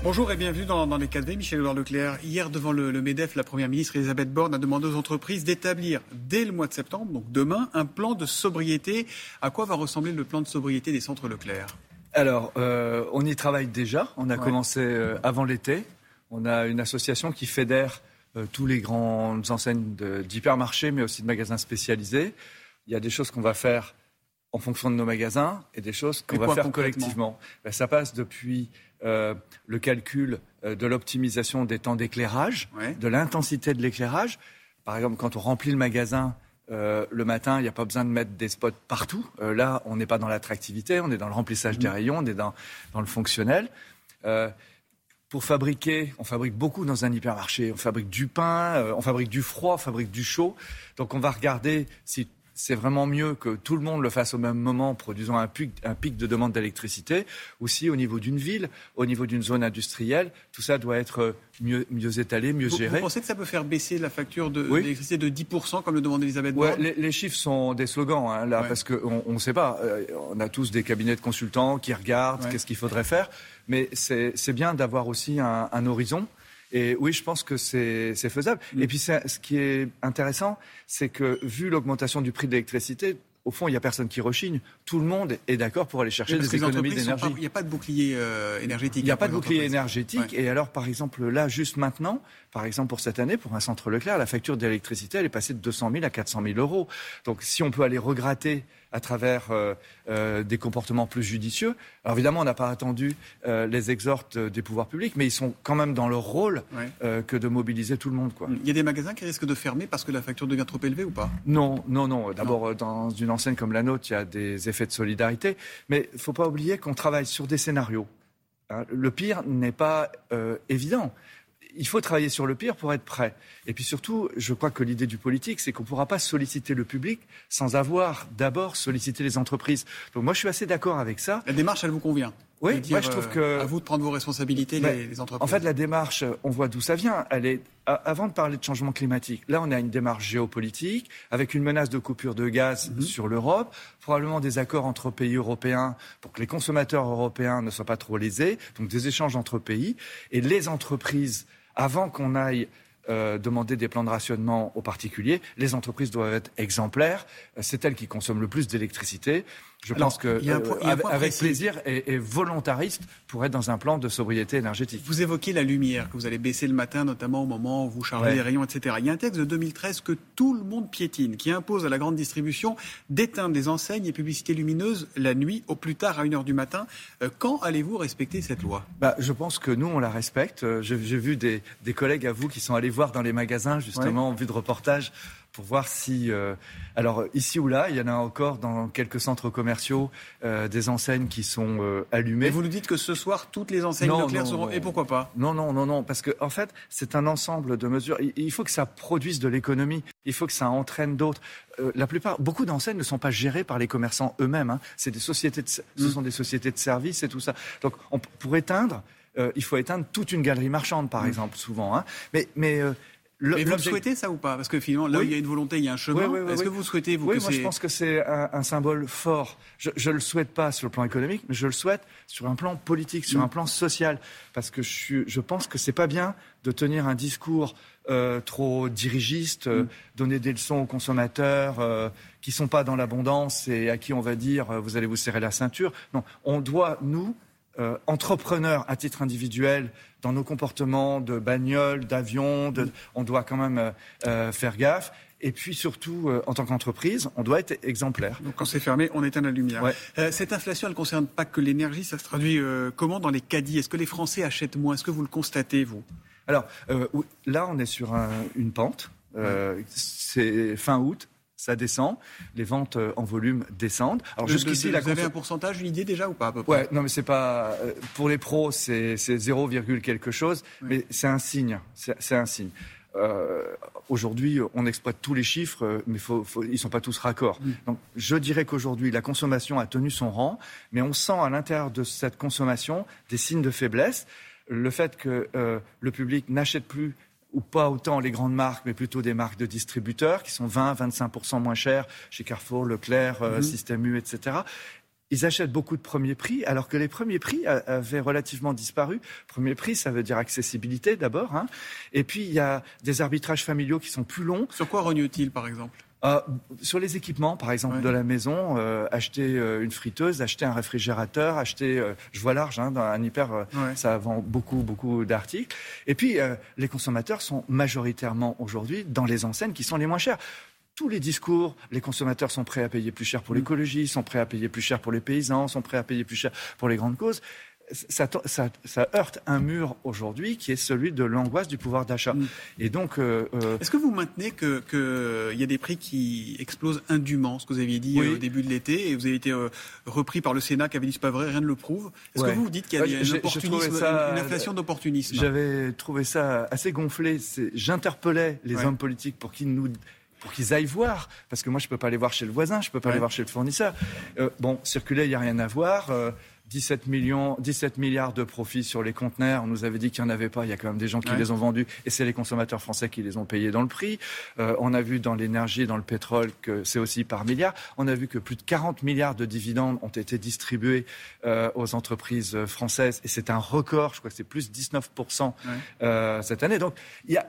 Bonjour et bienvenue dans les 4V. Michel-Édouard Leclerc. Hier, devant le MEDEF, la Première ministre Elisabeth Borne a demandé aux entreprises d'établir dès le mois de septembre, donc demain, un plan de sobriété. À quoi va ressembler le plan de sobriété des centres Leclerc ? Alors, on y travaille déjà. On a commencé avant l'été. On a une association qui fédère tous les grandes enseignes d'hypermarchés, mais aussi de magasins spécialisés. Il y a des choses qu'on va faire en fonction de nos magasins et des choses qu'on va faire collectivement. Ça passe depuis le calcul de l'optimisation des temps d'éclairage, de l'intensité de l'éclairage. Par exemple, quand on remplit le magasin le matin, il n'y a pas besoin de mettre des spots partout. Là, on n'est pas dans l'attractivité, on est dans le remplissage des rayons, on est dans le fonctionnel. Pour fabriquer, on fabrique beaucoup dans un hypermarché. On fabrique du pain, on fabrique du froid, on fabrique du chaud. Donc on va regarder si c'est vraiment mieux que tout le monde le fasse au même moment, produisant un pic de demande d'électricité. Aussi au niveau d'une ville, au niveau d'une zone industrielle, tout ça doit être mieux étalé, mieux géré. Vous pensez que ça peut faire baisser la facture d'électricité de 10%, comme le demande Elisabeth Borne ? Les chiffres sont des slogans, parce qu'on ne sait pas. On a tous des cabinets de consultants qui regardent qu'est-ce qu'il faudrait faire. Mais c'est bien d'avoir aussi un horizon. Et oui, je pense que c'est faisable. Et puis, ce qui est intéressant, c'est que, vu l'augmentation du prix de l'électricité, au fond, il n'y a personne qui rechigne. Tout le monde est d'accord pour aller chercher des économies d'énergie. Il n'y a pas de bouclier énergétique. Il n'y a pas de bouclier énergétique. Et alors, par exemple, là, juste maintenant, par exemple, pour cette année, pour un centre Leclerc, la facture d'électricité, elle est passée de 200 000 à 400 000 euros. Donc, si on peut aller regratter à travers des comportements plus judicieux. Alors évidemment, on n'a pas attendu les exhortes des pouvoirs publics, mais ils sont quand même dans leur rôle que de mobiliser tout le monde. Il y a des magasins qui risquent de fermer parce que la facture devient trop élevée ou pas ? Non. D'abord, dans une enseigne comme la nôtre, il y a des effets de solidarité. Mais il ne faut pas oublier qu'on travaille sur des scénarios. Le pire n'est pas évident. Il faut travailler sur le pire pour être prêt. Et puis surtout, je crois que l'idée du politique, c'est qu'on ne pourra pas solliciter le public sans avoir d'abord sollicité les entreprises. Donc moi, je suis assez d'accord avec ça. La démarche, elle vous convient ? Oui, moi je trouve que... À vous de prendre vos responsabilités, les entreprises. En fait, la démarche, on voit d'où ça vient. Elle est, avant de parler de changement climatique, là on a une démarche géopolitique, avec une menace de coupure de gaz sur l'Europe, probablement des accords entre pays européens pour que les consommateurs européens ne soient pas trop lésés, donc des échanges entre pays. Et les entreprises, avant qu'on aille demander des plans de rationnement aux particuliers, les entreprises doivent être exemplaires. C'est elles qui consomment le plus d'électricité. Je pense qu'avec plaisir et volontariste pour être dans un plan de sobriété énergétique. Vous évoquez la lumière que vous allez baisser le matin, notamment au moment où vous chargez les rayons, etc. Il y a un texte de 2013 que tout le monde piétine, qui impose à la grande distribution d'éteindre des enseignes et publicités lumineuses la nuit, au plus tard à 1h du matin. Quand allez-vous respecter cette loi ? Je pense que nous, on la respecte. J'ai vu des collègues à vous qui sont allés voir dans les magasins, justement, en vue de reportage, pour voir si... alors, ici ou là, il y en a encore dans quelques centres commerciaux des enseignes qui sont allumées. Et vous nous dites que ce soir, toutes les enseignes Leclerc seront... Et pourquoi pas ? Non, parce que en fait, c'est un ensemble de mesures. Il faut que ça produise de l'économie. Il faut que ça entraîne d'autres. Beaucoup d'enseignes ne sont pas gérées par les commerçants eux-mêmes. C'est des sociétés ce sont des sociétés de services et tout ça. Donc, pour éteindre, il faut éteindre toute une galerie marchande, par exemple, souvent. Mais vous le souhaitez ça ou pas ? Parce que finalement, là où il y a une volonté, il y a un chemin. Est-ce que vous souhaitez moi je pense que c'est un symbole fort. Je ne le souhaite pas sur le plan économique, mais je le souhaite sur un plan politique, sur un plan social. Parce que je pense que c'est pas bien de tenir un discours trop dirigiste, donner des leçons aux consommateurs qui sont pas dans l'abondance et à qui on va dire vous allez vous serrer la ceinture. Non, on doit, nous, entrepreneurs à titre individuel, dans nos comportements de bagnole, d'avion, on doit quand même faire gaffe. Et puis surtout, en tant qu'entreprise, on doit être exemplaire. Donc quand c'est fermé, on éteint la lumière. Cette inflation, elle ne concerne pas que l'énergie, ça se traduit comment dans les caddies ? Est-ce que les Français achètent moins ? Est-ce que vous le constatez, vous ? Alors, là, on est sur une pente. C'est fin août. Ça descend, les ventes en volume descendent. Alors jusqu'ici, vous avez un pourcentage, une idée déjà ou pas à peu près ? Ouais, non mais c'est pas pour les pros, c'est 0, quelque chose, mais c'est un signe. C'est un signe. Aujourd'hui, on exploite tous les chiffres, mais ils sont pas tous raccords. Donc, je dirais qu'aujourd'hui, la consommation a tenu son rang, mais on sent à l'intérieur de cette consommation des signes de faiblesse. Le fait que le public n'achète plus ou pas autant les grandes marques, mais plutôt des marques de distributeurs qui sont 20-25% moins chères chez Carrefour, Leclerc, Système U, etc. ils achètent beaucoup de premiers prix, alors que les premiers prix avaient relativement disparu. Premier prix, ça veut dire accessibilité d'abord. Et puis, il y a des arbitrages familiaux qui sont plus longs. Sur quoi rogne-t-il, par exemple ? Sur les équipements, par exemple, de la maison, acheter une friteuse, acheter un réfrigérateur, acheter, je vois large, dans un hyper, ça vend beaucoup d'articles. Et puis, les consommateurs sont majoritairement aujourd'hui dans les enseignes qui sont les moins chères. Tous les discours, les consommateurs sont prêts à payer plus cher pour l'écologie, sont prêts à payer plus cher pour les paysans, sont prêts à payer plus cher pour les grandes causes. Ça heurte un mur aujourd'hui qui est celui de l'angoisse du pouvoir d'achat. Et donc, est-ce que vous maintenez qu'il y a des prix qui explosent indûment, ce que vous aviez dit au début de l'été, et vous avez été repris par le Sénat qui avait dit c'est pas vrai, rien ne le prouve. Est-ce que vous dites qu'il y a une inflation d'opportunisme ? J'avais trouvé ça assez gonflé. J'interpellais les hommes politiques pour qu'ils aillent voir, parce que moi je peux pas aller voir chez le voisin, je peux pas aller voir chez le fournisseur. Circuler, il n'y a rien à voir. 17 milliards de profits sur les conteneurs. On nous avait dit qu'il n'y en avait pas. Il y a quand même des gens qui les ont vendus. Et c'est les consommateurs français qui les ont payés dans le prix. On a vu dans l'énergie, dans le pétrole, que c'est aussi par milliards. On a vu que plus de 40 milliards de dividendes ont été distribués aux entreprises françaises. Et c'est un record. Je crois que c'est plus 19% cette année. Donc,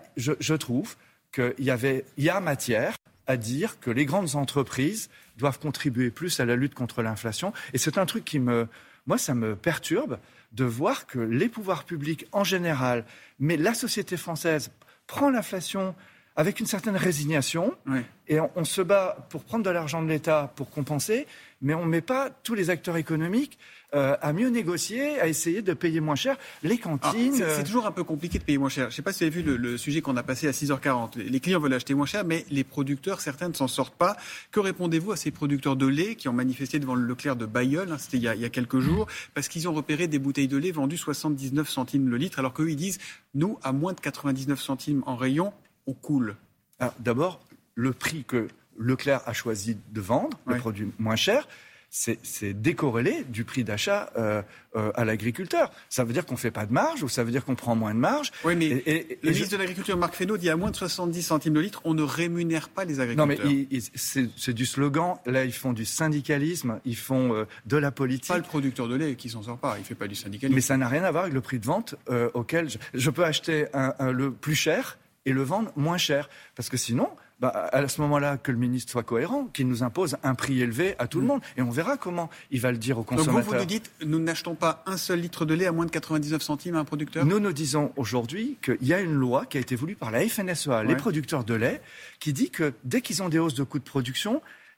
je trouve qu'il y a matière à dire que les grandes entreprises doivent contribuer plus à la lutte contre l'inflation. Et c'est un truc moi, ça me perturbe de voir que les pouvoirs publics en général, mais la société française prend l'inflation avec une certaine résignation et on se bat pour prendre de l'argent de l'État pour compenser, mais on ne met pas tous les acteurs économiques à mieux négocier, à essayer de payer moins cher les cantines. C'est toujours un peu compliqué de payer moins cher. Je ne sais pas si vous avez vu le sujet qu'on a passé à 6h40. Les clients veulent acheter moins cher, mais les producteurs, certains ne s'en sortent pas. Que répondez-vous à ces producteurs de lait qui ont manifesté devant le Leclerc de Bailleul, c'était il y a quelques jours, parce qu'ils ont repéré des bouteilles de lait vendues 79 centimes le litre, alors qu'eux, ils disent, nous, à moins de 99 centimes en rayon, on coule. Alors, d'abord, le prix que Leclerc a choisi de vendre, le produit moins cher, c'est décorrélé du prix d'achat à l'agriculteur. Ça veut dire qu'on ne fait pas de marge ou ça veut dire qu'on prend moins de marge. Oui, mais le ministre de l'Agriculture, Marc Fesneau, dit à moins de 70 centimes le litre, on ne rémunère pas les agriculteurs. Non, mais c'est du slogan. Là, ils font du syndicalisme, ils font de la politique. Pas le producteur de lait qui s'en sort pas, il ne fait pas du syndicalisme. Mais ça n'a rien à voir avec le prix de vente auquel je peux acheter le plus cher et le vendre moins cher. Parce que sinon, à ce moment-là, que le ministre soit cohérent, qu'il nous impose un prix élevé à tout le monde. Et on verra comment il va le dire aux consommateurs. Donc vous nous dites, nous n'achetons pas un seul litre de lait à moins de 99 centimes à un producteur ? Nous disons aujourd'hui qu'il y a une loi qui a été voulue par la FNSEA, les producteurs de lait, qui dit que dès qu'ils ont des hausses de coûts de production,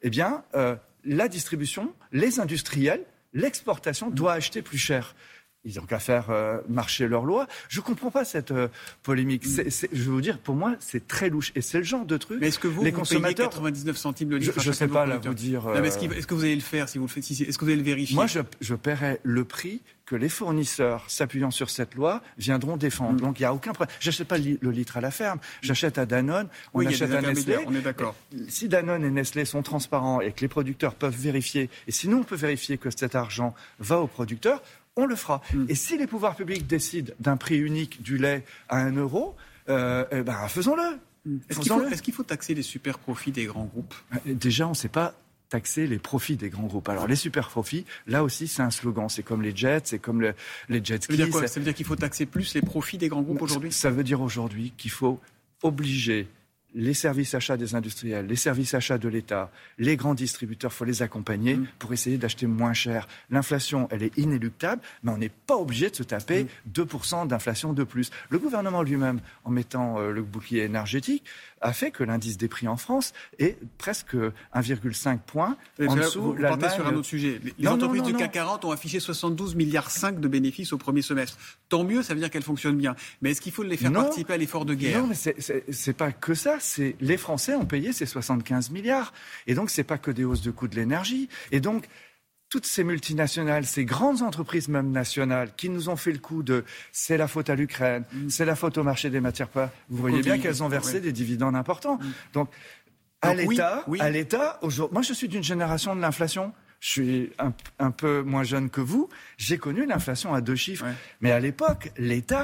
la distribution, les industriels, l'exportation doit acheter plus cher. Ils n'ont qu'à faire marcher leur loi. Je ne comprends pas cette polémique. Je vais vous dire, pour moi, c'est très louche. Et c'est le genre de truc... Mais est-ce que vous payez 99 centimes le litre Je ne sais pas là vous dire... Non, mais est-ce que vous allez le faire si vous le faites ? Est-ce que vous allez le vérifier ? Moi, je paierai le prix que les fournisseurs, s'appuyant sur cette loi, viendront défendre. Donc, il n'y a aucun problème. Je n'achète pas le litre à la ferme. J'achète à Danone, on achète à Nestlé. On est d'accord. Si Danone et Nestlé sont transparents et que les producteurs peuvent vérifier, et si nous, on peut vérifier que cet argent va aux producteurs, on le fera. Et si les pouvoirs publics décident d'un prix unique du lait à 1 euro, faisons-le. Est-ce qu'il faut taxer les super profits des grands groupes ? Déjà, on ne sait pas taxer les profits des grands groupes. Alors, les super profits, là aussi, c'est un slogan. C'est comme les jets, c'est comme les jet skis. Ça veut dire qu'il faut taxer plus les profits des grands groupes aujourd'hui ? Ça veut dire aujourd'hui qu'il faut obliger les services achats des industriels, les services achats de l'État, les grands distributeurs, il faut les accompagner pour essayer d'acheter moins cher. L'inflation, elle est inéluctable, mais on n'est pas obligé de se taper 2% d'inflation de plus. Le gouvernement lui-même, en mettant le bouclier énergétique, a fait que l'indice des prix en France est presque 1,5 point en dessous. Vous partez sur un autre sujet. Les entreprises du CAC 40 ont affiché 72,5 milliards de bénéfices au premier semestre. Tant mieux, ça veut dire qu'elles fonctionnent bien. Mais est-ce qu'il faut les faire participer à l'effort de guerre ? Non, mais c'est pas que ça. Les Français ont payé ces 75 milliards. Et donc, c'est pas que des hausses de coûts de l'énergie. Et donc, toutes ces multinationales, ces grandes entreprises même nationales qui nous ont fait le coup de c'est la faute à l'Ukraine, c'est la faute au marché des matières premières, vous voyez bien qu'elles ont versé des dividendes importants. Donc, à l'État, aujourd'hui, moi je suis d'une génération de l'inflation. Je suis un peu moins jeune que vous. J'ai connu l'inflation à 2 chiffres. Mais à l'époque, l'État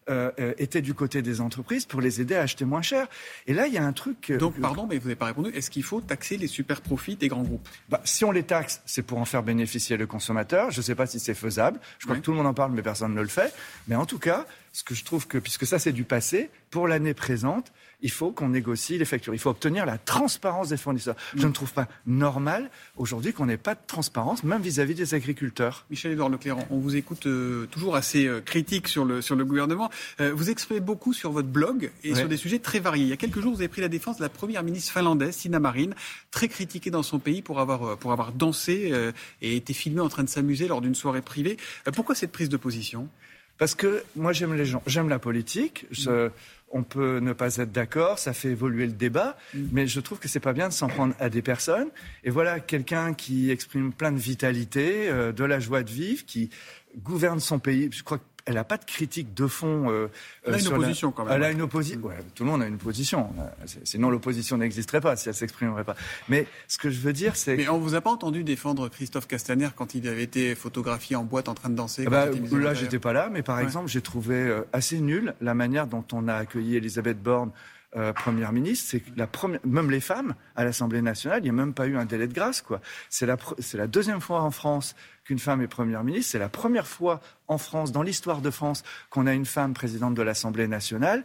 était du côté des entreprises pour les aider à acheter moins cher. Et là, il y a un truc... Donc, pardon, mais vous n'avez pas répondu. Est-ce qu'il faut taxer les super profits des grands groupes ? Si on les taxe, c'est pour en faire bénéficier le consommateur. Je ne sais pas si c'est faisable. Je crois que tout le monde en parle, mais personne ne le fait. Mais en tout cas, ce que je trouve que, puisque ça c'est du passé, pour l'année présente, il faut qu'on négocie les factures. Il faut obtenir la transparence des fournisseurs. Je ne trouve pas normal aujourd'hui qu'on n'ait pas de transparence, même vis-à-vis des agriculteurs. Michel-Édouard Leclerc, on vous écoute toujours assez critique sur le gouvernement. Vous exprimez beaucoup sur votre blog et sur des sujets très variés. Il y a quelques jours, vous avez pris la défense de la première ministre finlandaise, Sanna Marin, très critiquée dans son pays pour avoir dansé et été filmée en train de s'amuser lors d'une soirée privée. Pourquoi cette prise de position ? Parce que moi, j'aime les gens, j'aime la politique. On peut ne pas être d'accord, ça fait évoluer le débat, mais je trouve que c'est pas bien de s'en prendre à des personnes. Et voilà, quelqu'un qui exprime plein de vitalité, de la joie de vivre, qui gouverne son pays. Je crois qu'elle n'a pas de critique de fond. Elle a une opposition quand même. Elle a une opposition. Ouais, tout le monde a une opposition. Sinon, l'opposition n'existerait pas si elle ne s'exprimerait pas. Mais ce que je veux dire, c'est... Mais on ne vous a pas entendu défendre Christophe Castaner quand il avait été photographié en boîte en train de danser là, j'étais pas là, mais par exemple, j'ai trouvé assez nul la manière dont on a accueilli Elisabeth Borne, Première ministre. C'est que même les femmes à l'Assemblée nationale, il n'y a même pas eu un délai de grâce, quoi. C'est la deuxième fois en France qu'une femme est Première ministre. C'est la première fois en France, dans l'histoire de France, qu'on a une femme présidente de l'Assemblée nationale.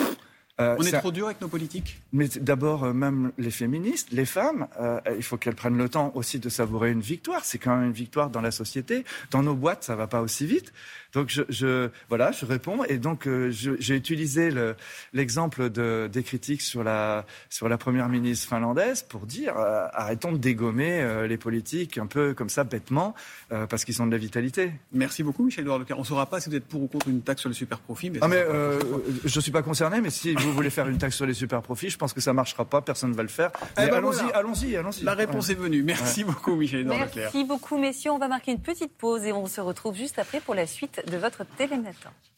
On est trop dur avec nos politiques ? Mais d'abord, même les féministes, les femmes, il faut qu'elles prennent le temps aussi de savourer une victoire. C'est quand même une victoire dans la société. Dans nos boîtes, ça va pas aussi vite. Donc je réponds. Et donc j'ai utilisé l'exemple des critiques sur la première ministre finlandaise pour dire arrêtons de dégommer les politiques un peu comme ça bêtement parce qu'ils ont de la vitalité. Merci beaucoup, Michel-Édouard Leclerc. On ne saura pas si vous êtes pour ou contre une taxe sur les super profits. Mais je suis pas concerné. Mais si vous voulez faire une taxe sur les super profits, je pense que ça marchera pas. Personne ne va le faire. Mais allons-y. La réponse est venue. Merci beaucoup, Michel-Édouard Leclerc. Merci beaucoup, messieurs. On va marquer une petite pause et on se retrouve juste après pour la suite de votre Télématin.